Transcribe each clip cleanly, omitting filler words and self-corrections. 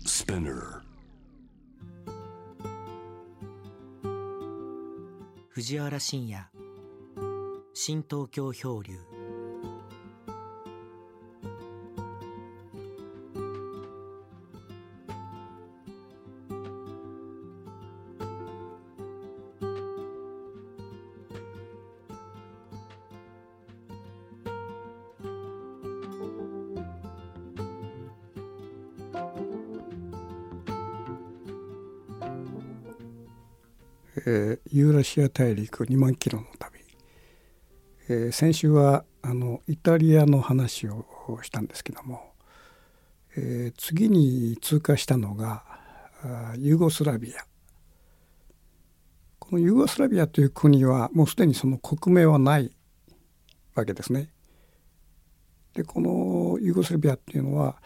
Spinner 藤原信也新東京漂流。 ユーラシア大陸2万キロの旅、先週はイタリアの話をしたんですけども、次に通過したのがユーゴスラビア。このユーゴスラビアという国はもうすでにその国名はないわけですね。でこのユーゴスラビアっていうのは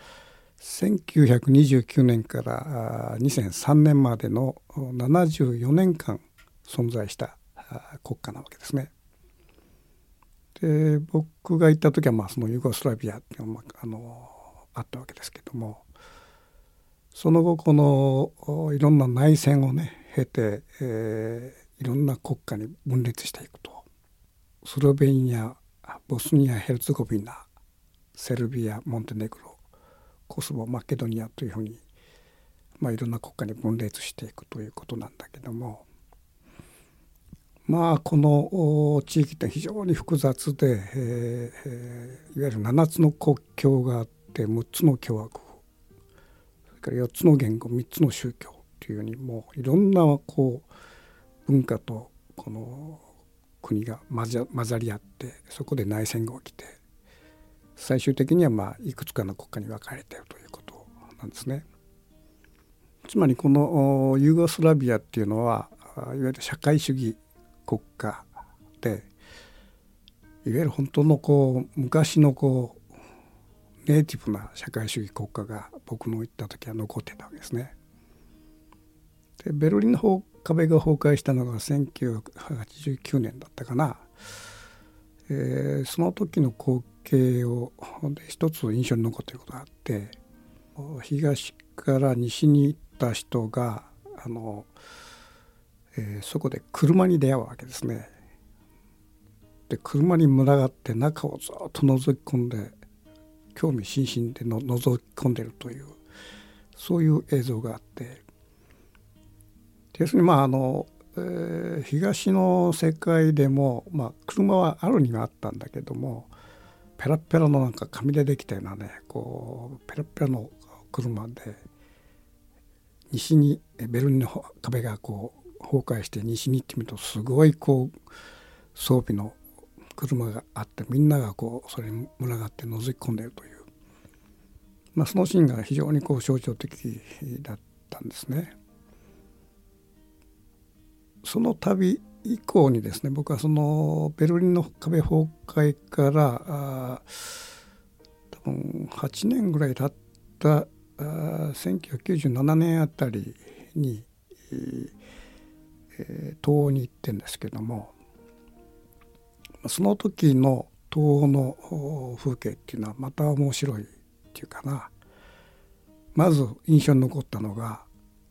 1929年から2003年までの74年間存在した国家なわけですね。で僕が行った時はそのユーゴスラビアっていうのがあったわけですけども、その後このいろんな内戦を経て、いろんな国家に分裂していくと、スロベニア、ボスニア・ヘルツェゴビナ、セルビア、モンテネグロ、コソボ、マケドニアというふうに、いろんな国家に分裂していくということなんだけども、この地域って非常に複雑で、いわゆる7つの国境があって6つの共和国、それから4つの言語、3つの宗教というように、もういろんな文化とこの国が混ざり合って、そこで内戦が起きて、最終的にはいくつかの国家に分かれているということなんですね。つまりこのユーゴスラビアっていうのはいわゆる社会主義国家で、いわゆる本当の昔のネイティブな社会主義国家が僕の行った時は残ってたわけですね。でベルリンの壁が崩壊したのが1989年だったかな。その時の光景を一つ印象に残っていることがあって、東から西に行った人がそこで車に出会うわけですね。で車に群がって中をずっと覗き込んで、興味津々で覗き込んでいるという、そういう映像があって、要するに東の世界でも、車はあるにはあったんだけども、ペラペラの紙でできたようなペラペラの車で、西にベルリンの壁が崩壊して西に行ってみると、すごい装備の車があって、みんながそれに群がって覗き込んでいるという、そのシーンが非常に象徴的だったんですね。その旅以降にですね、僕はそのベルリンの壁崩壊から多分8年ぐらい経った1997年あたりに、東欧に行ってんですけども、その時の東欧の風景っていうのはまた面白いっていうかな。まず印象に残ったのが、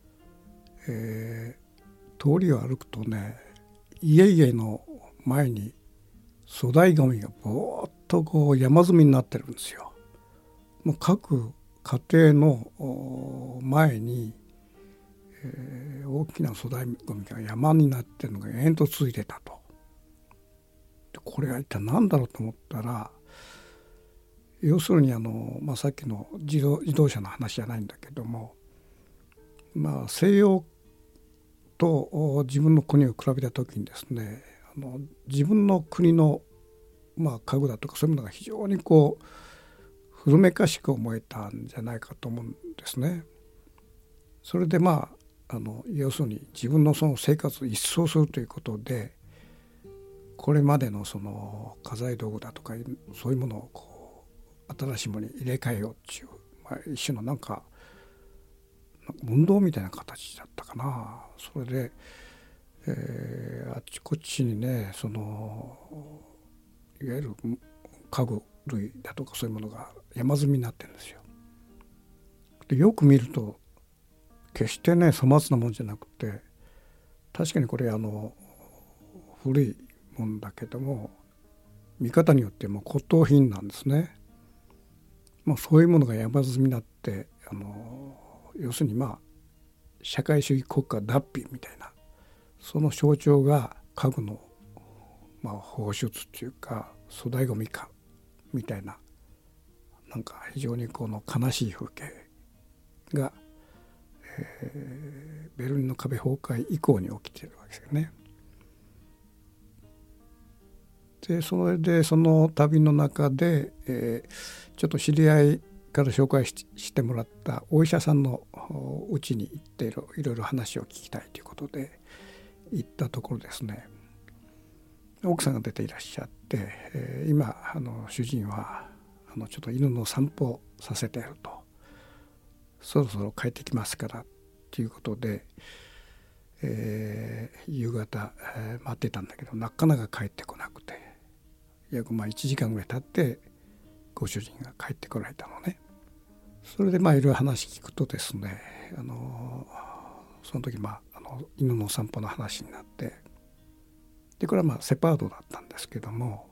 通りを歩くとね、家々の前に粗大ごみがぼーっと山積みになってるんですよ。もう各家庭の前に、大きな粗大ごみが山になってるのが延々と続いてたと。でこれは一体何だろうと思ったら、要するにさっきの自動車の話じゃないんだけども、西洋と自分の国を比べた時にですね、自分の国の家具だとかそういうものが非常に古めかしく思えたんじゃないかと思うんですね。それで要するに自分のその生活を一掃するということで、これまでのその家財道具だとかそういうものを新しいものに入れ替えようっていう、一種の運動みたいな形だったかな。それで、あちこちにね、いわゆる家具類だとかそういうものが山積みになってるんですよ。でよく見ると決してね粗末なもんじゃなくて、確かにこれ古いもんだけども、見方によっても骨董品なんですね。そういうものが山積みになって、要するに社会主義国家脱皮みたいな、その象徴が家具の放出っていうか粗大ごみ化みたいな、なんか非常にこの悲しい風景が、ベルリンの壁崩壊以降に起きているわけですよね。でそれでその旅の中で、ちょっと知り合いから紹介してもらったお医者さんのうちに行っていろいろ話を聞きたいということで行ったところですね、奥さんが出ていらっしゃって、今主人はちょっと犬の散歩させてやると、そろそろ帰ってきますからということで、夕方、待ってたんだけどなかなか帰ってこなくて、約1時間ぐらい経ってご主人が帰ってこられたのね。それでいろいろ話聞くとですね、その時犬の散歩の話になって、でこれはセパードだったんですけども、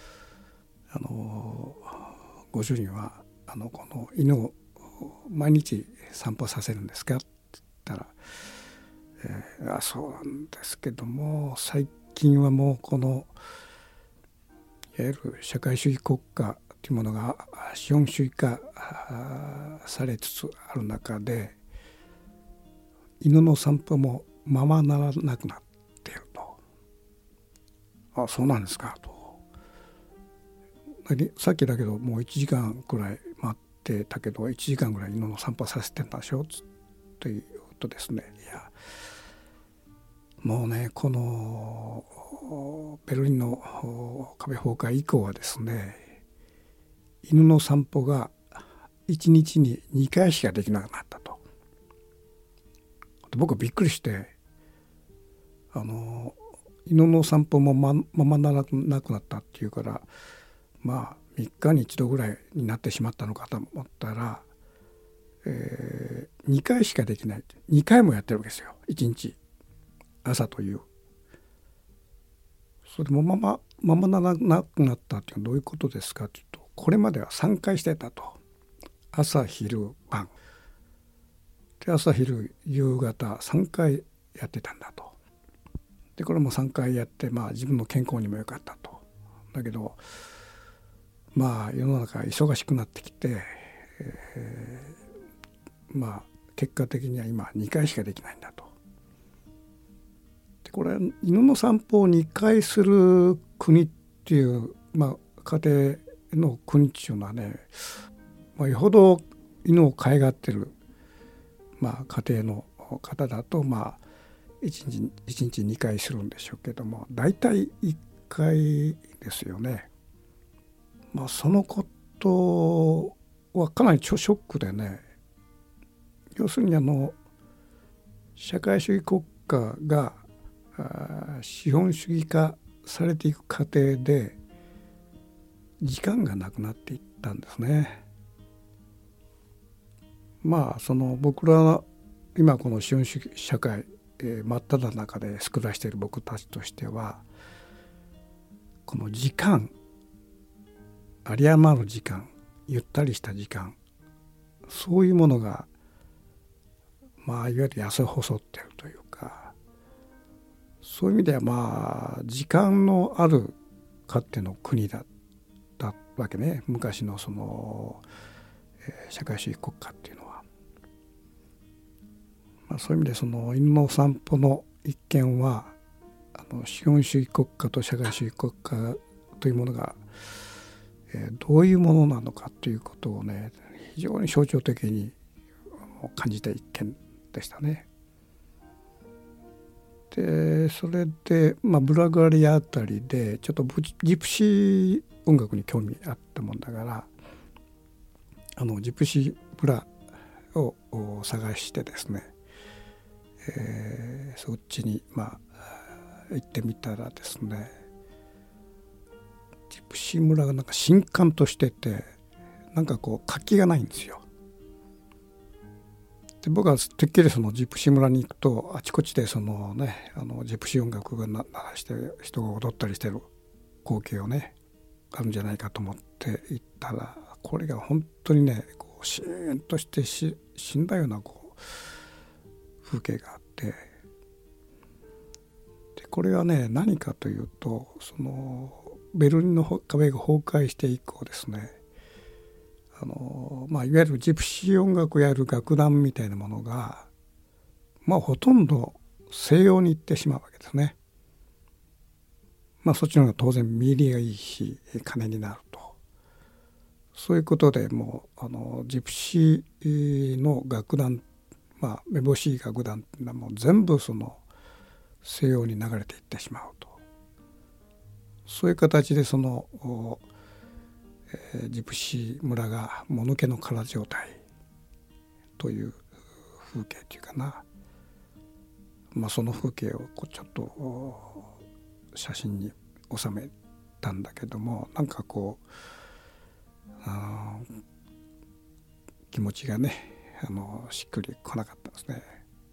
ご主人はこの犬を毎日散歩させるんですかって言ったら、そうなんですけども最近はもうこのいわゆる社会主義国家というものが資本主義化されつつある中で、犬の散歩もままならなくなっていると。そうなんですかと。さっきだけどもう1時間くらい待ってたけど1時間ぐらい犬の散歩させてたでしょというとですね、いやもうねこのベルリンの壁崩壊以降はですね、犬の散歩が1日に2回しかできなくなったと。僕びっくりして、犬の散歩もままならなくなったっていうから、3日に1度ぐらいになってしまったのかと思ったら、2回しかできない。2回もやってるわけですよ、1日朝という。それもままならなくなったっていうのはどういうことですかというと、これまでは3回してたと。朝昼晩で、朝昼夕方3回やってたんだと。でこれも3回やって自分の健康にも良かったと。だけど世の中忙しくなってきて、結果的には今2回しかできないんだと。でこれ犬の散歩を2回する国っていう、家庭の国っていうのはね、よほど犬を飼いがってる、家庭の方だと1日2回するんでしょうけども、大体1回ですよね。そのことはかなりショックでね、要するに社会主義国家が資本主義化されていく過程で時間がなくなっていったんですね。僕ら今この資本主義社会、真っ只中で暮らしている僕たちとしては、この時間、有り余る時間、ゆったりした時間、そういうものがいわゆる痩せ細っているというか、そういう意味では時間のあるかつての国だったわけね、昔のその、社会主義国家っていうのは。そういう意味でその犬の散歩の一件は資本主義国家と社会主義国家というものが、どういうものなのかということをね、非常に象徴的に感じた一件でしたね。でそれで、ブルガリアあたりでちょっとジプシー音楽に興味あったもんだから、ジプシーブラを探してですね、そっちに行ってみたらですね、ジプシー村がなんか新館としてて、なんか活気がないんですよ。 で僕はてっきりそのジプシー村に行くとあちこちでそのねジプシー音楽が鳴らして人が踊ったりしてる光景をねあるんじゃないかと思って行ったら、これが本当にねこうシーンとして死んだようなこう風景があって、でこれはね何かというと、そのベルリンの壁が崩壊して以降ですね、いわゆるジプシー音楽をやる楽団みたいなものがほとんど西洋に行ってしまうわけですね。そっちの方が当然見入りがいいし金になると、そういうことでもうジプシーの楽団、めぼしい楽団っていうのはもう全部その西洋に流れていってしまうと、そういう形でそのジプシー村がもぬけの殻状態という風景というかな、その風景をちょっと写真に収めたんだけども、なんかこう気持ちがねしっくりこなかったですね。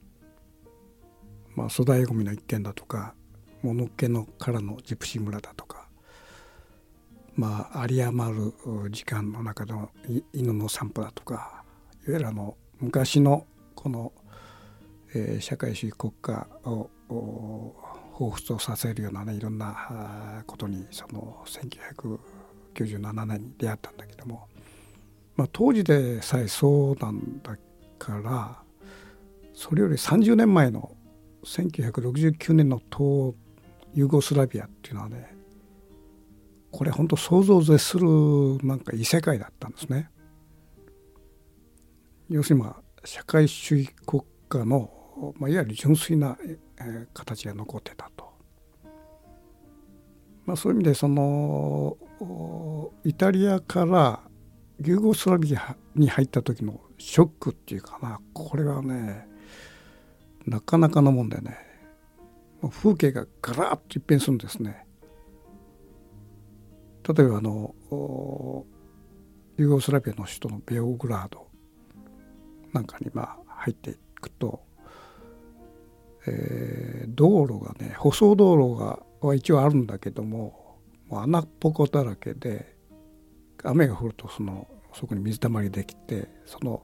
粗大ごみの一件だとか、もぬけの殻のジプシー村だとか、有り余る時間の中の犬の散歩だとか、いわゆる昔のこの、社会主義国家を彷彿とさせるようなねいろんなことにその1997年に出会ったんだけども、当時でさえそうなんだから、それより30年前の1969年の東ユーゴスラビアっていうのはね、これ本当想像を絶するなんか異世界だったんですね。要するに社会主義国家の、いわゆる純粋な、形が残ってたと。そういう意味でそのイタリアからユーゴスラビアに入った時のショックっていうかな、これはねなかなかのもんでね、風景がガラッと一変するんですね。例えばユーゴスラビアの首都のベオグラードなんかに入っていくと、道路がね舗装道路は一応あるんだけども、穴っぽこだらけで、雨が降るとそこに水たまりできて、その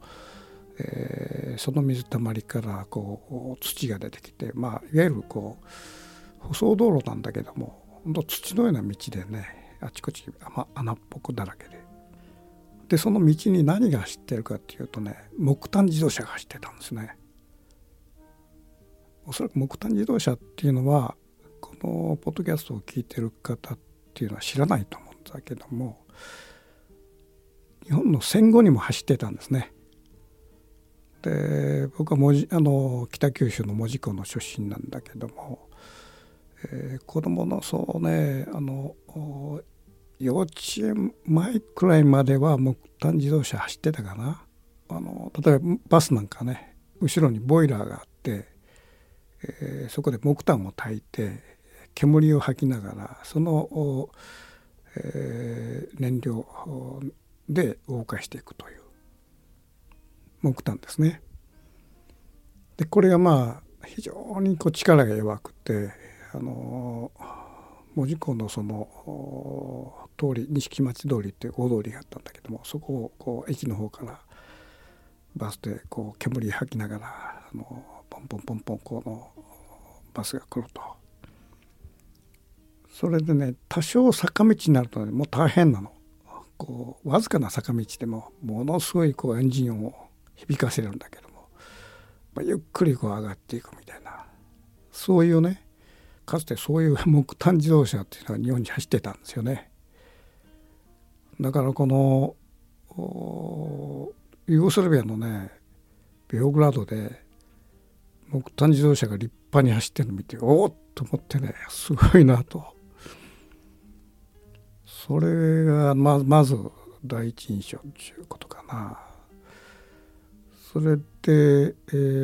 水たまりからこう土が出てきて、いわゆるこう舗装道路なんだけども、本当土のような道でねあちこち穴っぽくだらけで、その道に何が走ってるかっていうとね、木炭自動車が走ってたんですね。おそらく木炭自動車っていうのはこのポッドキャストを聞いてる方っていうのは知らないと思うんだけども、日本の戦後にも走ってたんですね。で僕は北九州の門司港の出身なんだけども、子供の幼稚園前くらいまでは木炭自動車走ってたかな。例えばバスなんかね、後ろにボイラーがあって、そこで木炭を焚いて煙を吐きながら、その、燃料で動かしていくという木炭ですね。でこれが非常に力が弱くて、門司港のその通り、錦町通りっていう大通りがあったんだけども、そこを駅の方からバスで煙吐きながらポンポンポンポンバスが来ると。それでね、多少坂道になるとねもう大変なの。わずかな坂道でもものすごいエンジン音を響かせるんだけども、ゆっくり上がっていくみたいな、そういうね、かつてそういう木炭自動車っていうのは日本に走ってたんですよね。だからこのユーゴスラビアのねベオグラードで木炭自動車が立派に走ってるのを見て、おーっと思ってね、すごいなと。それがまず第一印象ということかな。それで、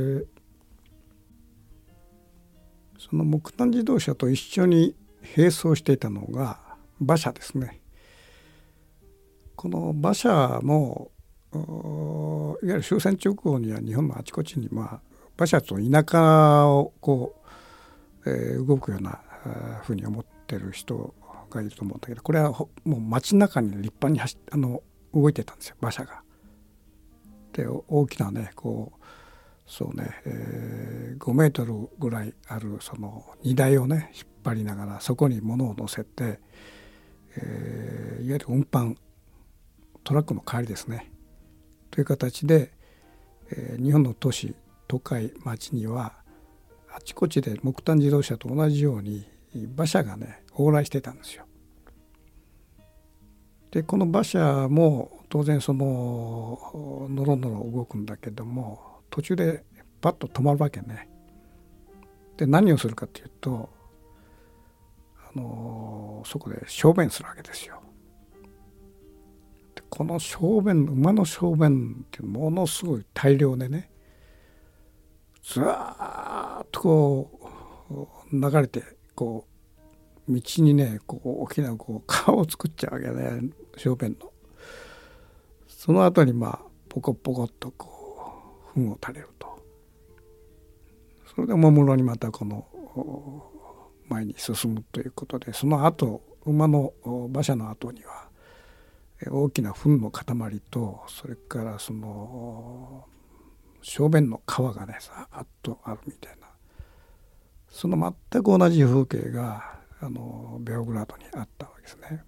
その木炭自動車と一緒に並走していたのが馬車ですね。この馬車もいわゆる終戦直後には日本のあちこちに馬車と田舎を動くようなふうに思ってる人がいると思うんだけど、これはもう街中に立派に動いてたんですよ、馬車が。で大きなねそうね、5メートルぐらいあるその荷台をね引っ張りながらそこに物を乗せて、いわゆる運搬トラックの代わりですねという形で、日本の都会町にはあちこちで木炭自動車と同じように馬車がね往来してたんですよ。でこの馬車も当然そのノロノロ動くんだけども、途中でパッと止まるわけね。で何をするかっていうと、そこで小便するわけですよ。でこの馬の小便ってものすごい大量でね、ずーっと流れて道にね大きな川を作っちゃうわけね、小便の。その後にポコポコっと糞を垂れると。それでおもむろにまたこの前に進むということで、その後馬車の後には大きな糞の塊と、それからその小便の川がねさーっとあるみたいな、その全く同じ風景がベオグラードにあったわけですね。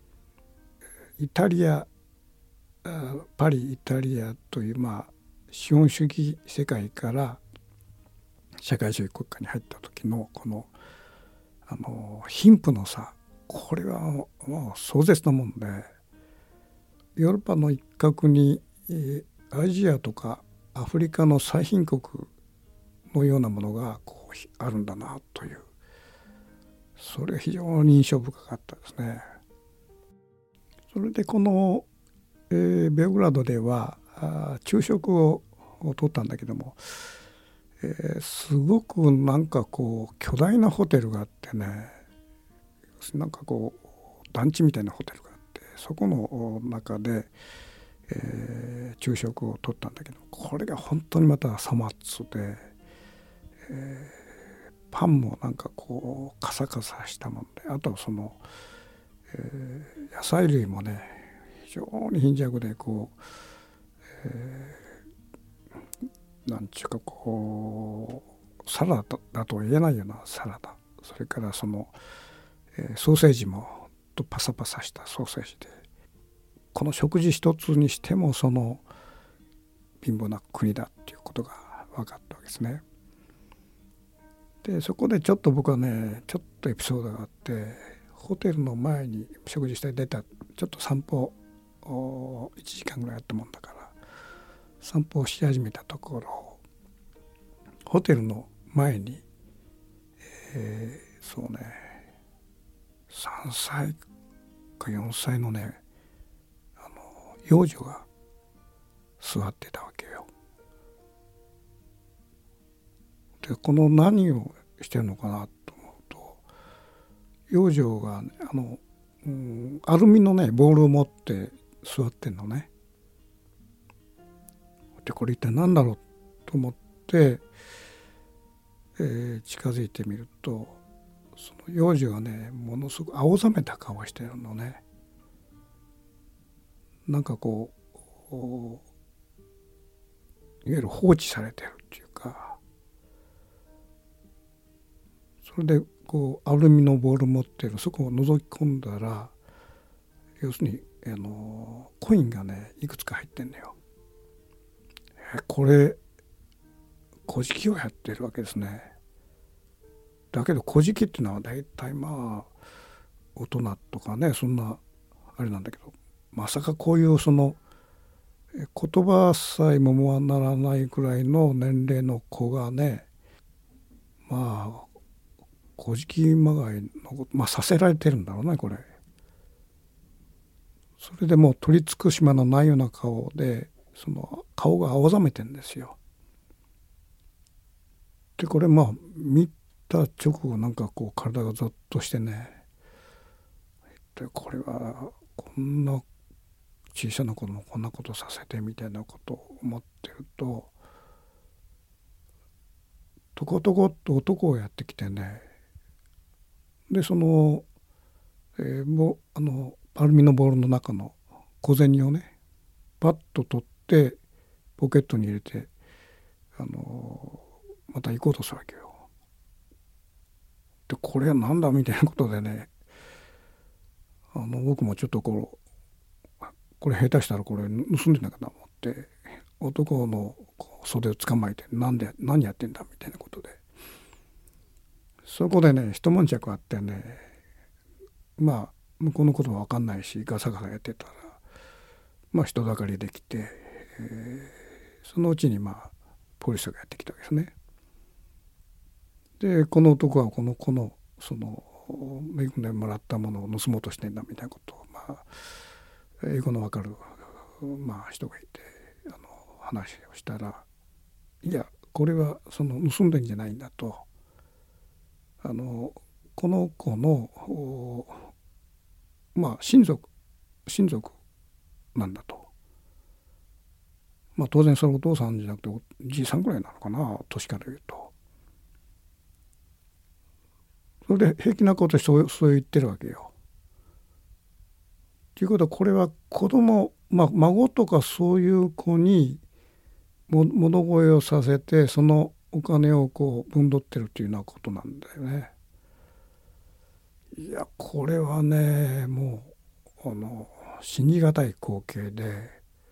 パリイタリアという資本主義世界から社会主義国家に入った時のこの貧富の差、これはもう壮絶なもんで、ヨーロッパの一角にアジアとかアフリカの最貧国のようなものがあるんだなという、それが非常に印象深かったですね。それでこの、ベオグラードでは昼食をとったんだけども、すごく巨大なホテルがあってね、団地みたいなホテルがあって、そこの中で、昼食をとったんだけど、これが本当にまた粗末で、パンもカサカサしたもんで、あとその、野菜類もね非常に貧弱でなんちゅうかサラダだと言えないようなサラダ、それからその、ソーセージもパサパサしたソーセージで、この食事一つにしてもその貧乏な国だっていうことが分かったわけですね。でそこでちょっと僕はねちょっとエピソードがあって、ホテルの前に食事して出た、ちょっと散歩1時間ぐらいやったもんだから散歩をし始めたところ、ホテルの前に、そうね3歳か4歳のね幼女が座ってたわけよ。でこの何をしてるのかなと思うと、幼女が、ね、アルミのねボールを持って座ってんのね。でこれ一体何だろうと思って、近づいてみると、その幼女がねものすごく青ざめた顔をしてるのね。いわゆる放置されてるっていうか、それでアルミのボール持ってる、そこを覗き込んだら、要するにコインがねいくつか入ってんのよ。これ小じきをやってるわけですね。だけど小じきっていうのは大体大人とかね、そんなあれなんだけど、まさかこういうその言葉さえもまならないくらいの年齢の子がね、小じきまがいのさせられてるんだろうねこれ。それでもう取り付く島のないような顔で、その顔が青ざめてんですよ。でこれ見た直後体がゾッとしてね、でこれはこんな小さな子供こんなことさせてみたいなことを思ってると、とことこっと男をやってきてね、でその、アルミのボールの中の小銭をねパッと取ってポケットに入れて、また行こうとするわけよ。でこれはなんだみたいなことでね、僕もちょっとこれ下手したらこれ盗んでないかなと思って男の袖を捕まえて、何やってんだみたいなことで、そこでね一悶着あってね、まあ向こうのことも分かんないしガサガサやってたら、まあ人だかりできて、そのうちにまあポリスがやってきたわけですね。でこの男はこの子のその恵んでもらったものを盗もうとしてんだみたいなことを、まあ英語の分かる、まあ、人がいて話をしたら、いやこれはその盗んでんじゃないんだと、この子のまあ親族なんだと、まあ当然そのお父さんじゃなくておじいさんぐらいなのかな、年から言うと。それで平気なことそう言ってるわけよ。ということはこれは子供、まあ、孫とかそういう子に物乞いをさせてそのお金をこう分取ってるというようなことなんだよね。いやこれはねもう信じがたい光景で、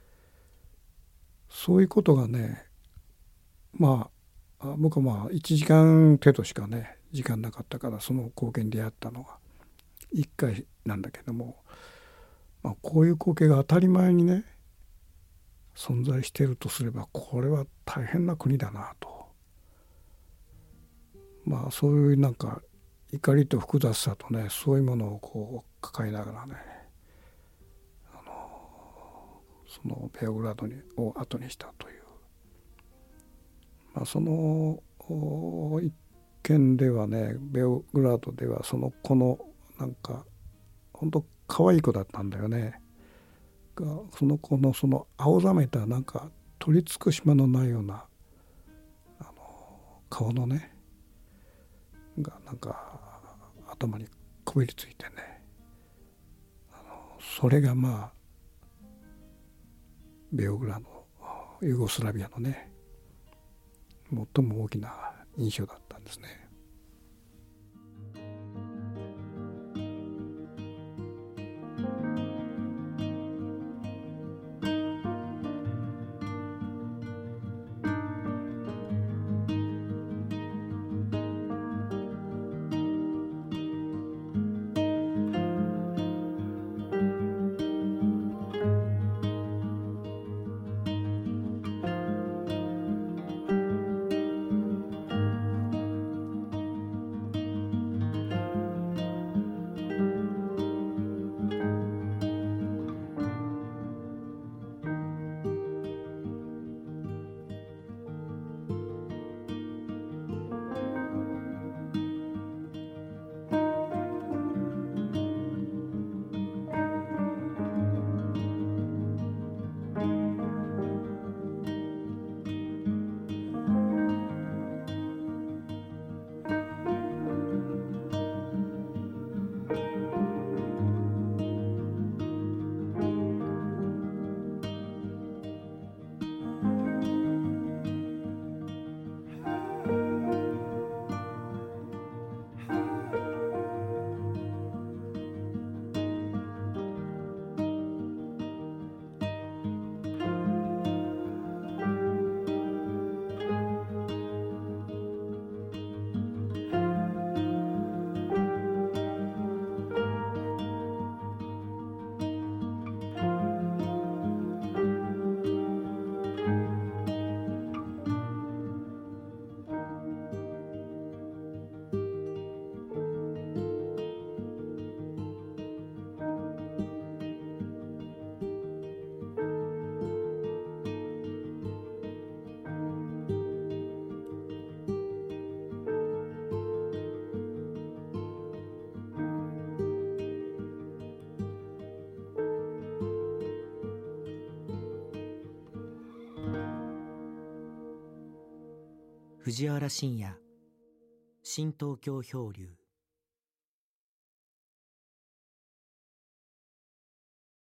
そういうことがね、まあ僕はまあ1時間程度しかね時間なかったからその光景に出会ったのが1回なんだけども、まあ、こういう光景が当たり前にね存在しているとすれば、これは大変な国だなと、まあそういうなんか怒りと複雑さとね、そういうものをこう抱えながらね、そのベオグラードを後にしたという、まあ、その一件ではね、ベオグラードではその子のなんか本当可愛い子だったんだよね。その子のその青ざめたなんか取り付く島のないような顔のねがなんか頭にこびりついてね、それがまあベオグラード、ユーゴスラビアのね最も大きな印象だったんですね。 藤原信也、新東京漂流。